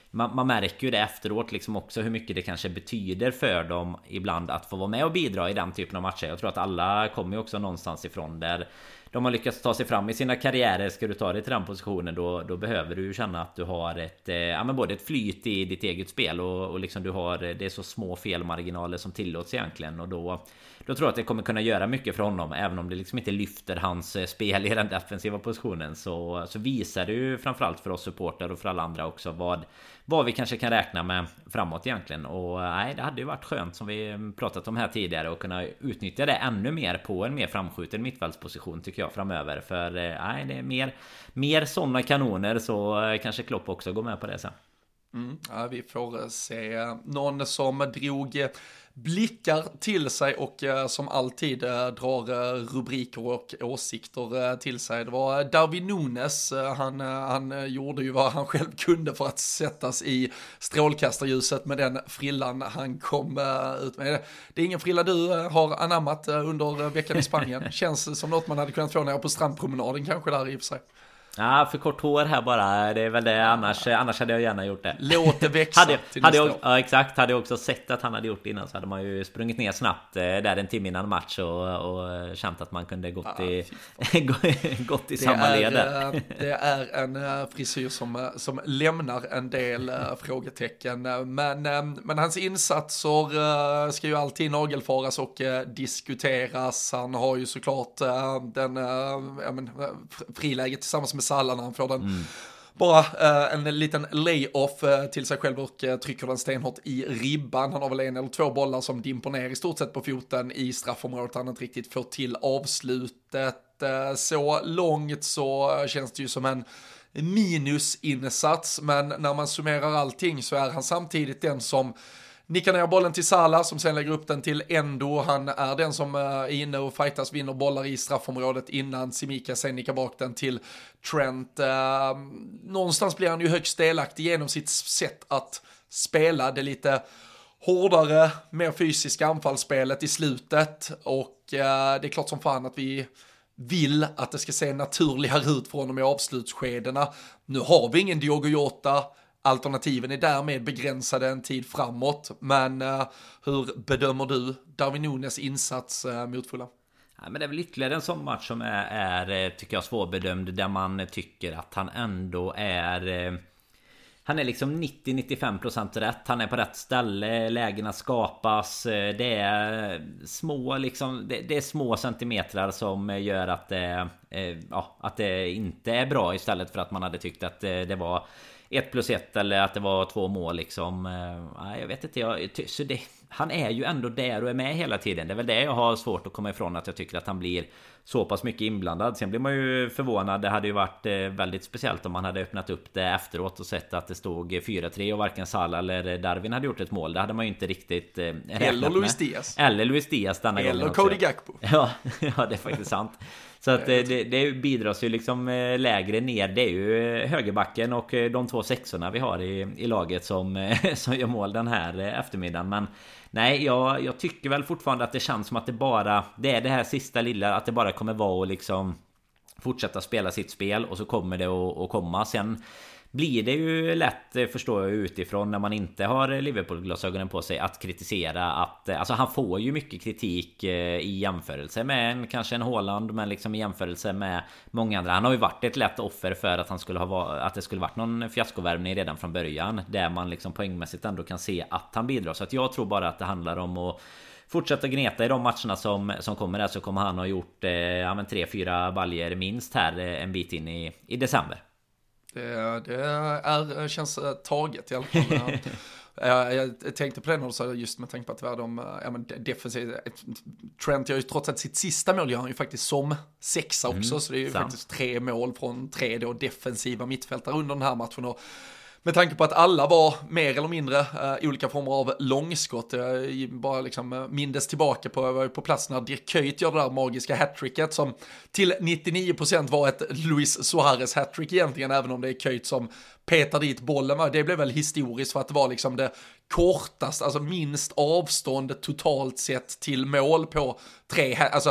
man märker ju det efteråt liksom också hur mycket det kanske betyder för dem ibland att få vara med och bidra i den typen av matcher. Jag tror att alla kommer ju också någonstans ifrån där de har lyckats ta sig fram i sina karriärer. Ska du ta dig till den positionen, då behöver du ju känna att du har ett både ett flyt i ditt eget spel och liksom det är så små felmarginaler som tillåts egentligen, och då tror jag att det kommer kunna göra mycket för honom. Även om det liksom inte lyfter hans spel i den defensiva positionen, så visar det ju framförallt för oss supporter och för alla andra också vad vi kanske kan räkna med framåt egentligen. Och nej, det hade ju varit skönt, som vi pratat om här tidigare, att kunna utnyttja det ännu mer på en mer framskjuten mittfältsposition tycker jag framöver. För nej, det är mer sådana kanoner, så kanske Klopp också går med på det sen. Ja, vi får se någon som drog blickar till sig och som alltid drar rubriker och åsikter till sig. Det var Darwin Núñez. Han gjorde ju vad han själv kunde för att sättas i strålkastarljuset med den frillan han kom ut med. Det är ingen frilla du har anammat under veckan i Spanien. Känns som något man hade kunnat få ner på strandpromenaden kanske där i och för sig. Ja, för kort hår här bara. Det är väl det, annars hade jag gärna gjort det. Låt det växa till nästa år. Ja, exakt. Hade jag också sett att han hade gjort det innan, så hade man ju sprungit ner snabbt där en timme innan match och känt att man kunde gått i samma led. Det är en frisyr som lämnar en del frågetecken. Men hans insatser ska ju alltid nagelfaras och diskuteras. Han har ju såklart friläget tillsammans med Salah när han får den bara en liten lay-off till sig själv och trycker den stenhårt i ribban. Han har väl en eller två bollar som dimper ner i stort sett på foten i straffområdet. Han inte riktigt får till avslutet. Så långt så känns det ju som en minusinsats, men när man summerar allting så är han samtidigt den som nickar ner bollen till Salah som sen lägger upp den till Endo. Han är den som är inne och fightas, vinner bollar i straffområdet innan Tsimikas sen nickar bak den till Trent. Någonstans blir han ju högst delaktig genom sitt sätt att spela det lite hårdare, mer fysiska anfallsspelet i slutet. Och det är klart som fan att vi vill att det ska se naturligare ut från dem i avslutsskedena. Nu har vi ingen Diogo Jota. Alternativen är därmed begränsade en tid framåt. Men hur bedömer du Darwin Núñez insats mot Fulham? Ja, men det är väl ytterligare en sån match som är tycker jag svårbedömd, där man tycker att han ändå är han är liksom 90-95% rätt. Han är på rätt ställe, lägena skapas. Det är små liksom, det är små centimetrar som gör att det inte är bra, istället för att man hade tyckt att det var 1+1 eller att det var 2 mål liksom. Jag vet inte, han är ju ändå där och är med hela tiden. Det är väl det jag har svårt att komma ifrån, att jag tycker att han blir så pass mycket inblandad. Sen blir man ju förvånad. Det hade ju varit väldigt speciellt om man hade öppnat upp det efteråt och sett att det stod 4-3 och varken Salah eller Darwin hade gjort ett mål. Det hade man ju inte riktigt eller Luis Diaz. Eller Luis Diaz denna gången eller Cody Gakpo. Ja, det är faktiskt sant. Så att det bidras ju liksom lägre ner. Det är ju högerbacken och de 2 sexorna vi har i laget som gör mål den här eftermiddagen. Men nej, jag tycker väl fortfarande att det känns som att det är det här sista lilla, att det bara kommer vara att liksom fortsätta spela sitt spel, och så kommer det att komma. Sen blir det ju lätt, förstår jag utifrån, när man inte har Liverpool-glasögonen på sig, att kritisera att alltså han får ju mycket kritik i jämförelse med kanske en Haaland, men liksom i jämförelse med många andra. Han har ju varit ett lätt offer för att att det skulle varit någon fiaskovärvning redan från början, där man liksom poängmässigt ändå kan se att han bidrar. Så att jag tror bara att det handlar om att fortsätta gneta i de matcherna som kommer där, så kommer han ha gjort 3-4 baljer minst här en bit in i december. Det känns taget i alla fall. Jag tänkte på det när du sa, just med tanke på att det var de defensiva. Trent gör ju trots att sitt sista mål gör han ju faktiskt som sexa också, så det är ju faktiskt 3 mål från 3 då defensiva mittfältare under den här matchen. Och med tanke på att alla var mer eller mindre olika former av långskott. Bara liksom mindes tillbaka på plats när Dirk Kuyt gör det där magiska hattricket som till 99% var ett Luis Suarez hattrick egentligen, även om det är Kuyt som petar dit bollen. Det blev väl historiskt för att det var liksom det kortast, alltså minst avstånd totalt sett till mål på 3. Alltså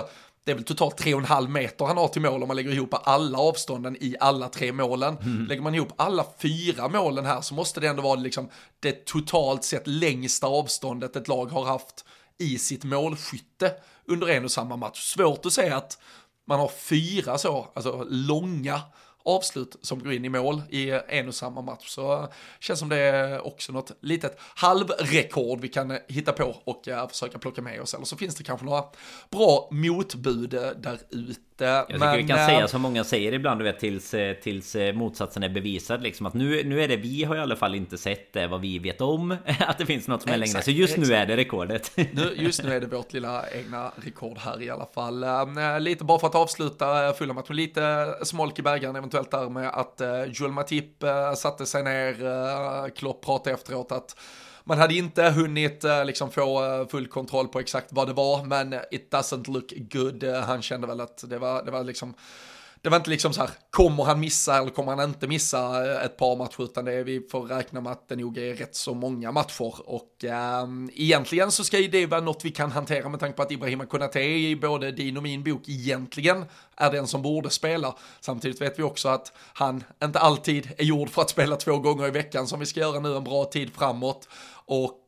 det är väl totalt 3,5 meter han har till mål om man lägger ihop alla avstånden i alla 3 målen. Lägger man ihop alla 4 målen här så måste det ändå vara liksom det totalt sett längsta avståndet ett lag har haft i sitt målskytte under en och samma match. Svårt att säga att man har 4 så, alltså långa avslut som går in i mål i en och samma match. Så känns som det är också något litet halvrekord vi kan hitta på och försöka plocka med oss. Eller så finns det kanske några bra motbud där ute. Jag tycker vi kan säga som många säger ibland, du vet, tills motsatsen är bevisad liksom, att nu är det, vi har i alla fall inte sett det, vad vi vet om att det finns något som är längre, så just nu är det rekordet. Just nu är det vårt lilla egna rekord här i alla fall. Lite bara för att avsluta fulla matchen, lite smolk i bägaren eventuellt där med att Joel Matip satte sig ner. Klopp pratade efteråt att man hade inte hunnit liksom få full kontroll på exakt vad det var, men it doesn't look good. Han kände väl att det var liksom, det var inte liksom så här, kommer han missa eller kommer han inte missa ett par matcher, utan vi får räkna med att det nog är rätt så många matcher. Och egentligen så ska ju det vara något vi kan hantera med tanke på att Ibrahima Konate i både din och min bok egentligen är den som borde spela. Samtidigt vet vi också att han inte alltid är gjord för att spela 2 gånger i veckan, som vi ska göra nu en bra tid framåt. Och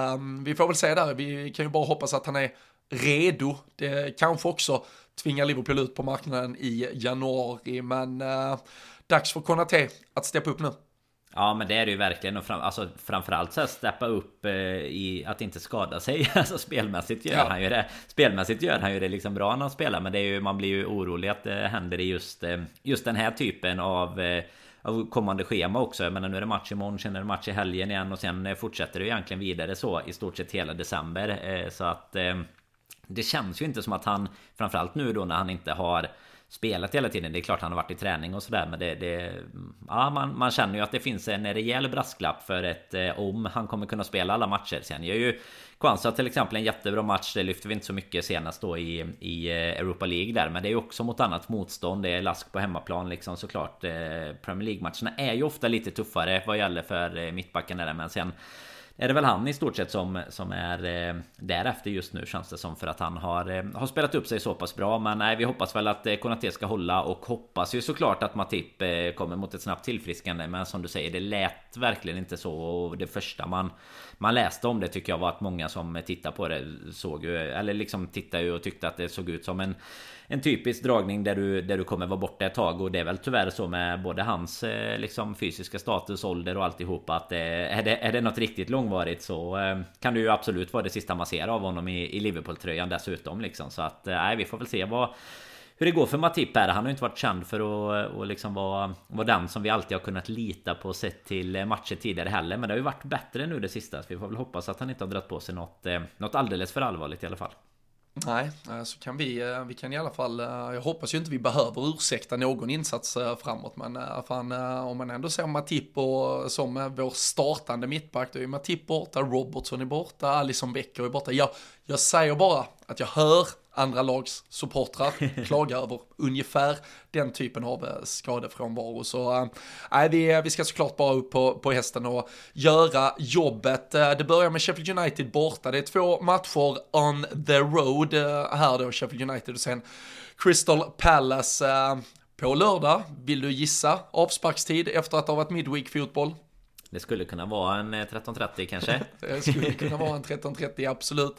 vi får väl se där, vi kan ju bara hoppas att han är redo. Det kanske också tvingar Liverpool ut på marknaden i januari, men dags för Konate att steppa upp nu. Ja, men det är det ju verkligen, och framförallt så här steppa upp i att inte skada sig. Alltså spelmässigt gör han ju det. Spelmässigt gör han ju det liksom bra när han spelar, men det är ju, man blir ju orolig att det händer i just den här typen av kommande schema också. Jag menar, nu är det match imorgon, sen är det match i helgen igen och sen fortsätter det egentligen vidare så i stort sett hela december. Så att det känns ju inte som att han, framförallt nu då när han inte har spelat hela tiden, det är klart han har varit i träning och sådär, men man känner ju att det finns en rejäl brasklapp för om han kommer kunna spela alla matcher. Sen gör ju Kwanza till exempel en jättebra match, det lyfter vi inte så mycket senast då i Europa League där, men det är ju också mot annat motstånd, det är Lask på hemmaplan liksom, såklart. Premier League-matcherna är ju ofta lite tuffare vad gäller för mittbacken där, men sen är det väl han i stort sett som är därefter just nu, känns det som, för att han har spelat upp sig så pass bra. Men nej, vi hoppas väl att Konate ska hålla, och hoppas ju såklart att Matip kommer mot ett snabbt tillfriskande. Men som du säger, det lät verkligen inte så, och det första man läste om det tycker jag var att många som tittar på det såg ju, eller liksom tittade ju och tyckte att det såg ut som en typisk dragning där du kommer vara borta ett tag. Och det är väl tyvärr så med både hans liksom fysiska status, ålder och alltihopa, att är det något riktigt långvarigt så kan det ju absolut vara det sista man ser av honom i Liverpool-tröjan dessutom liksom. Så att vi får väl se hur det går för Matip här. Han har ju inte varit känd för att liksom vara den som vi alltid har kunnat lita på sett till matcher tidigare heller. Men det har ju varit bättre nu det sista, så vi får väl hoppas att han inte har dragit på sig något alldeles för allvarligt i alla fall. Nej, så kan vi kan i alla fall, jag hoppas ju inte vi behöver ursäkta någon insats framåt, men fan, om man ändå ser Matip och som vår startande mittback, då är Matip borta, Robertson är borta, Alisson Becker är borta. Jag säger bara att jag hör andra lags supportrar klaga över ungefär den typen av skadefrånvaro. Så vi ska såklart bara upp på hästen och göra jobbet. Det börjar med Sheffield United borta. Det är 2 matcher on the road här då, Sheffield United, och sen Crystal Palace på lördag. Vill du gissa avsparkstid efter att det har varit midweek-fotboll? Det skulle kunna vara en 13:30 kanske. Det skulle kunna vara en 13:30, absolut.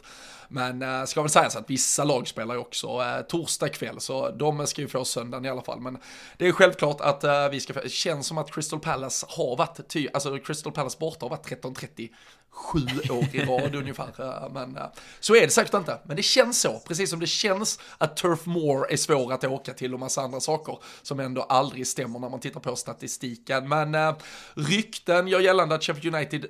Men ska väl säga så att vissa lag spelar ju också torsdag kväll, så de ska ju få söndagen i alla fall. Men det är självklart att vi ska, det känns som att Crystal Palace har varit Crystal Palace borta har varit 13:30 7 år i rad ungefär. Men så är det säkert inte. Men det känns så, precis som det känns att Turf Moor är svår att åka till och massa andra saker som ändå aldrig stämmer när man tittar på statistiken. Men rykten gör gällande att Sheffield United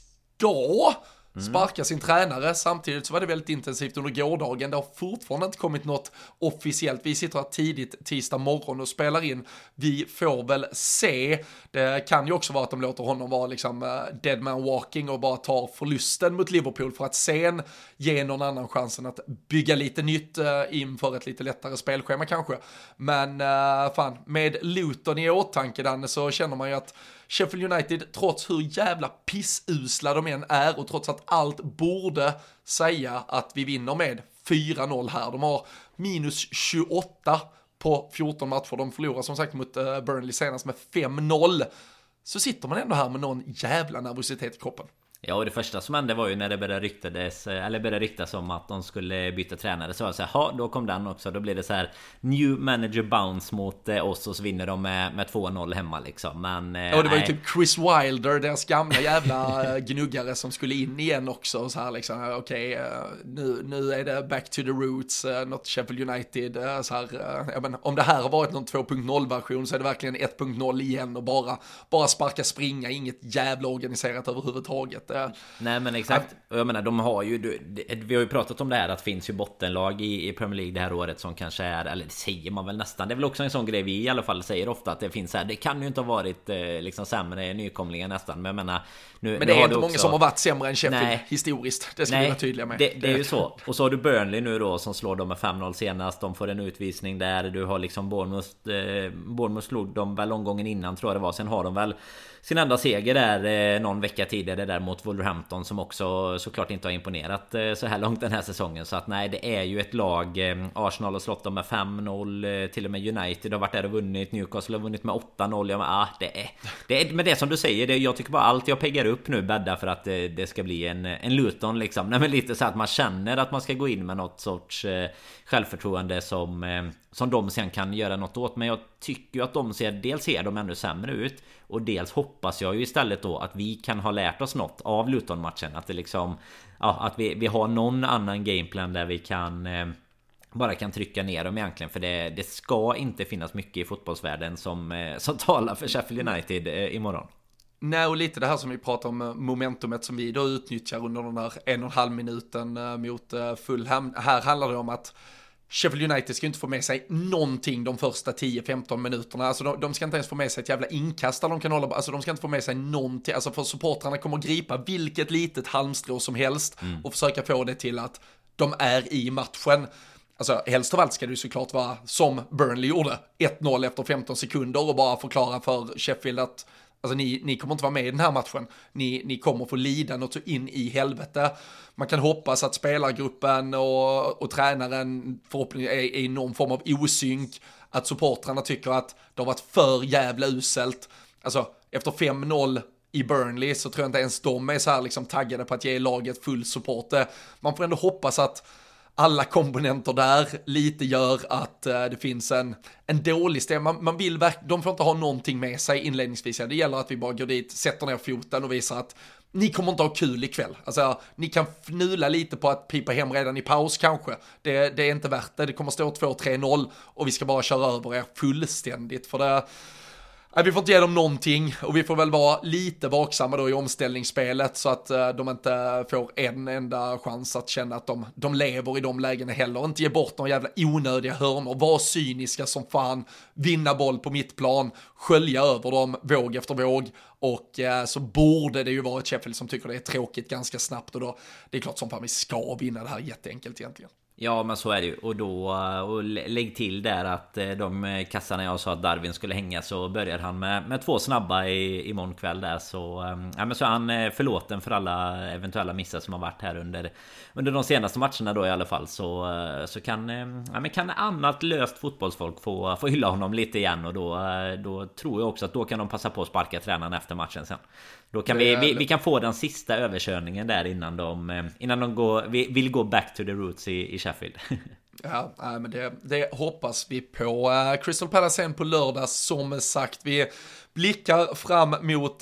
ska sparka sin tränare. Samtidigt så var det väldigt intensivt under gårdagen. Det har fortfarande inte kommit något officiellt. Vi sitter här tidigt tisdag morgon och spelar in. Vi får väl se. Det kan ju också vara att de låter honom vara liksom dead man walking och bara tar förlusten mot Liverpool för att sen ge någon annan chansen att bygga lite nytt inför ett lite lättare spelschema kanske. Men fan, med Luton i åtanke, Danne, så känner man ju att Sheffield United, trots hur jävla pissusla de än är och trots att allt borde säga att vi vinner med 4-0 här. De har minus 28 på 14 matcher. De förlorar som sagt mot Burnley senast med 5-0. Så sitter man ändå här med någon jävla nervositet i kroppen. Ja, och det första som hände var ju när det började ryktas om att de skulle byta tränare. Så var det så här, ja, då kom den också. Då blir det så här new manager bounce mot oss, och så vinner de med 2-0 hemma liksom. Men ja, det var ju typ Chris Wilder, deras gamla jävla gnuggare, som skulle in igen också. Så här liksom, okej, nu är det back to the roots, not Sheffield United. Så här, jag menar, om det här har varit någon 2.0-version så är det verkligen 1.0 igen, och bara sparka, springa, inget jävla organiserat överhuvudtaget. Nej, men exakt. Och jag menar, de har ju, vi har ju pratat om det här, att det finns ju bottenlag i Premier League det här året som kanske är, eller det säger man väl nästan, det är väl också en sån grej vi i alla fall säger ofta, att det finns här, det kan ju inte ha varit liksom sämre nykomlingar nästan, men jag menar nu, men det är inte många också som har varit sämre än Sheffield. Nej. Historiskt, det ska vi vara tydliga med. Det är ju så. Och så har du Burnley nu då, som slår dem med 5-0 senast. De får en utvisning där. Du har liksom Bournemouth slog dem väl omgången innan, tror jag det var. Sen har de väl sin enda seger där någon vecka tidigare där mot Wolverhampton, som också såklart inte har imponerat så här långt den här säsongen. Så att nej, det är ju ett lag. Arsenal har slått dem med 5-0. Till och med United har varit där och vunnit. Newcastle har vunnit med 8-0. Ja, men, det är, men det som du säger, jag tycker bara allt jag peggar upp nu bäddar för att det ska bli en Luton liksom. Nej, men lite så att man känner att man ska gå in med något sorts självförtroende som de sen kan göra något åt. Men jag tycker ju att dels ser de ännu sämre ut, och dels hoppas jag ju istället då att vi kan ha lärt oss något av Luton-matchen. Att det liksom, ja, att vi har någon annan gameplan där vi kan bara kan trycka ner dem egentligen. För det ska inte finnas mycket i fotbollsvärlden som talar för Sheffield United imorgon. Nej, och lite det här som vi pratar om, momentumet som vi då utnyttjar under den där 1,5 minuten mot Fulham. Här handlar det om att Sheffield United ska inte få med sig någonting de första 10-15 minuterna. Alltså de ska inte ens få med sig ett jävla inkast där de kan hålla, alltså de ska inte få med sig någonting. Alltså för supportrarna kommer att gripa vilket litet halmstrå som helst och försöka få det till att de är i matchen. Alltså helst av allt ska det ju såklart vara som Burnley gjorde, 1-0 efter 15 sekunder, och bara förklara för Sheffield att alltså ni kommer inte vara med i den här matchen. Ni kommer få lida något så in i helvete. Man kan hoppas att spelargruppen och tränaren förhoppningsvis är i någon form av osynk. Att supportrarna tycker att det har varit för jävla uselt. Alltså efter 5-0 i Burnley så tror jag inte ens de är så här liksom taggade på att ge laget full support. Man får ändå hoppas att alla komponenter där lite gör att det finns en dålig stämma. De får inte ha någonting med sig inledningsvis. Det gäller att vi bara går dit, sätter ner foten och visar att ni kommer inte ha kul ikväll. Alltså, ni kan fnula lite på att pipa hem redan i paus kanske. Det är inte värt det. Det kommer stå 2-3-0 och vi ska bara köra över er fullständigt. För det... Vi får inte ge dem någonting, och vi får väl vara lite vaksamma då i omställningsspelet så att de inte får en enda chans att känna att de lever i de lägena heller. Inte ge bort några jävla onödiga hörnor, var cyniska som fan, vinna boll på mittplan, skölja över dem våg efter våg, och så borde det ju vara ett Sheffield som tycker det är tråkigt ganska snabbt, och då det är klart som fan vi ska vinna det här jätteenkelt egentligen. Ja, men så är det ju. Och lägg till där att de kassarna jag sa att Darwin skulle hänga, så börjar han med 2 snabba i morgon kväll där. Så, men så är han förlåten för alla eventuella missar som har varit här under de senaste matcherna då i alla fall. Så kan annat löst fotbollsfolk få hylla honom lite igen. Och då tror jag också att då kan de passa på att sparka tränaren efter matchen sen. Då kan vi kan få den sista överkörningen där innan de vill gå back to the roots i Sheffield. Ja, men det hoppas vi på. Crystal Palace sen på lördag, som sagt. Vi blickar fram mot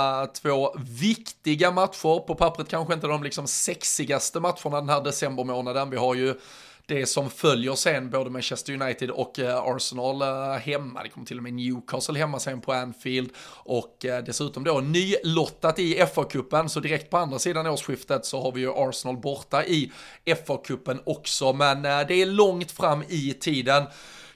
2 viktiga matcher. På pappret kanske inte de liksom sexigaste matcherna den här decembermånaden. Vi har ju det som följer sen både Manchester United och Arsenal hemma. Det kommer till och med Newcastle hemma sen på Anfield. Och dessutom då nylottat i FA-cupen. Så direkt på andra sidan årsskiftet så har vi ju Arsenal borta i FA-cupen också. Men det är långt fram i tiden.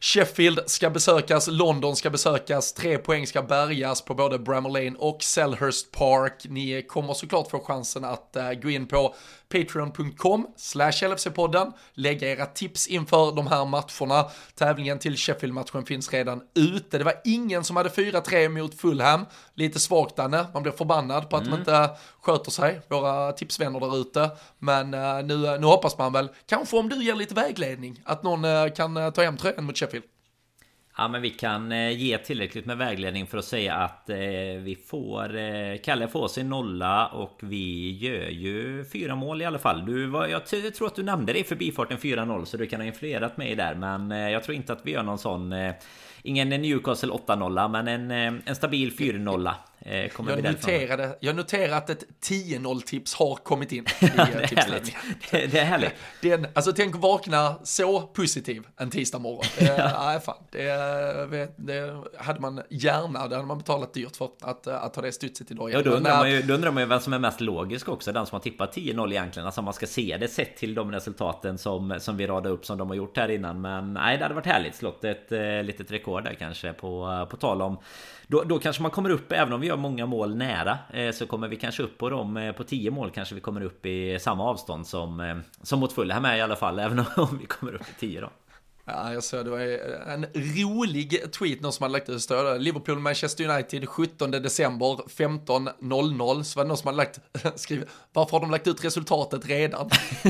Sheffield ska besökas, London ska besökas, 3 poäng ska bärgas på både Bramall Lane och Selhurst Park. Ni kommer såklart få chansen att gå in på patreon.com/LFC-podden, lägga era tips inför de här matcherna. Tävlingen till Sheffield-matchen finns redan ute. Det var ingen som hade 4-3 mot Fulham. Lite svagt, Danne. Man blir förbannad på att de inte sköter sig, våra tipsvänner där ute. Men nu hoppas man väl, kanske om du ger lite vägledning, att någon kan ta hem tröjan mot Sheffield. Ja, men vi kan ge tillräckligt med vägledning för att säga att Kalle får sin nolla och vi gör ju 4 mål i alla fall. Jag tror att du nämnde det i förbifarten 4-0, så du kan ha influerat mig där, men jag tror inte att vi gör någon sån, ingen Newcastle 8-0, men en stabil 4-0. Jag noterar att ett 10-0-tips har kommit in i tipsledningen. Det är härligt. Alltså tänk vakna så positiv en tisdag morgon. Nej, fan. Det hade man gärna, det hade man betalat dyrt för att ta det studset idag. Ja, då undrar man ju vem som är mest logisk också. Den som har tippat 10-0 egentligen. Alltså man ska se det sett till de resultaten som vi radar upp som de har gjort här innan. Men nej, det hade varit härligt. Slått ett litet rekord där kanske på tal om. Då kanske man kommer upp, även om vi gör många mål nära, så kommer vi kanske upp på 10 mål, kanske vi kommer upp i samma avstånd som mot Fulham med i alla fall, även om vi kommer upp i 10 då. Ja, jag såg det var en rolig tweet någon som hade lagt ut Liverpool Manchester United 17 december 15:00, så var det någon som hade skrivit, varför har de lagt ut resultatet redan?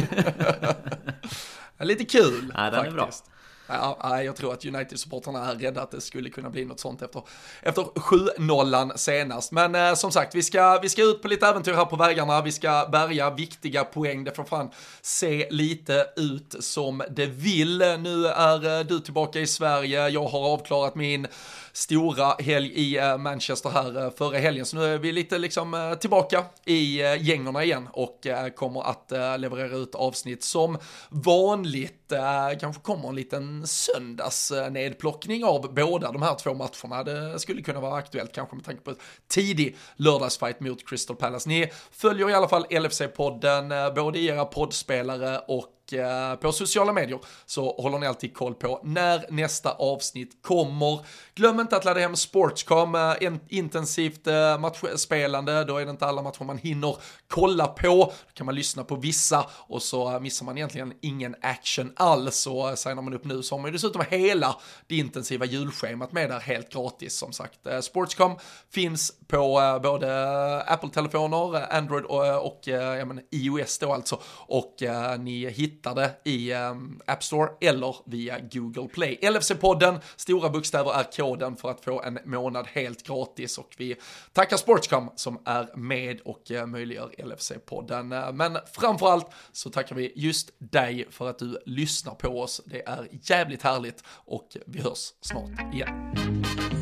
Lite kul, ja, faktiskt. Är bra. Ja, jag tror att United-supporterna är rädda att det skulle kunna bli något sånt efter 7-0 senast. Men som sagt, vi ska ut på lite äventyr här på vägarna. Vi ska bärga viktiga poäng. Det får fan se lite ut som det vill. Nu är du tillbaka i Sverige. Jag har avklarat min stora helg i Manchester här förra helgen. Så nu är vi lite liksom tillbaka i gängorna igen och kommer att leverera ut avsnitt som vanligt. Kanske kommer en liten söndagsnedplockning av båda de här 2 matcherna. Det skulle kunna vara aktuellt kanske med tanke på ett tidig lördagsfight mot Crystal Palace. Ni följer i alla fall LFC-podden både i era poddspelare och på sociala medier, så håller ni alltid koll på när nästa avsnitt kommer. Glöm inte att ladda hem Sportscom, intensivt matchspelande. Då är det inte alla matcher man hinner kolla på. Då kan man lyssna på vissa och så missar man egentligen ingen action alls. Och signar man upp nu så har man ju dessutom hela det intensiva julschemat med där helt gratis som sagt. Sportscom finns på både Apple-telefoner, Android och iOS då alltså. Och ni hittar det i App Store eller via Google Play. LFC-podden, stora bokstäver är koden för att få en månad helt gratis, och vi tackar Sportscom som är med och möjliggör LFC-podden. Men framförallt så tackar vi just dig för att du lyssnar på oss. Det är jävligt härligt och vi hörs snart igen.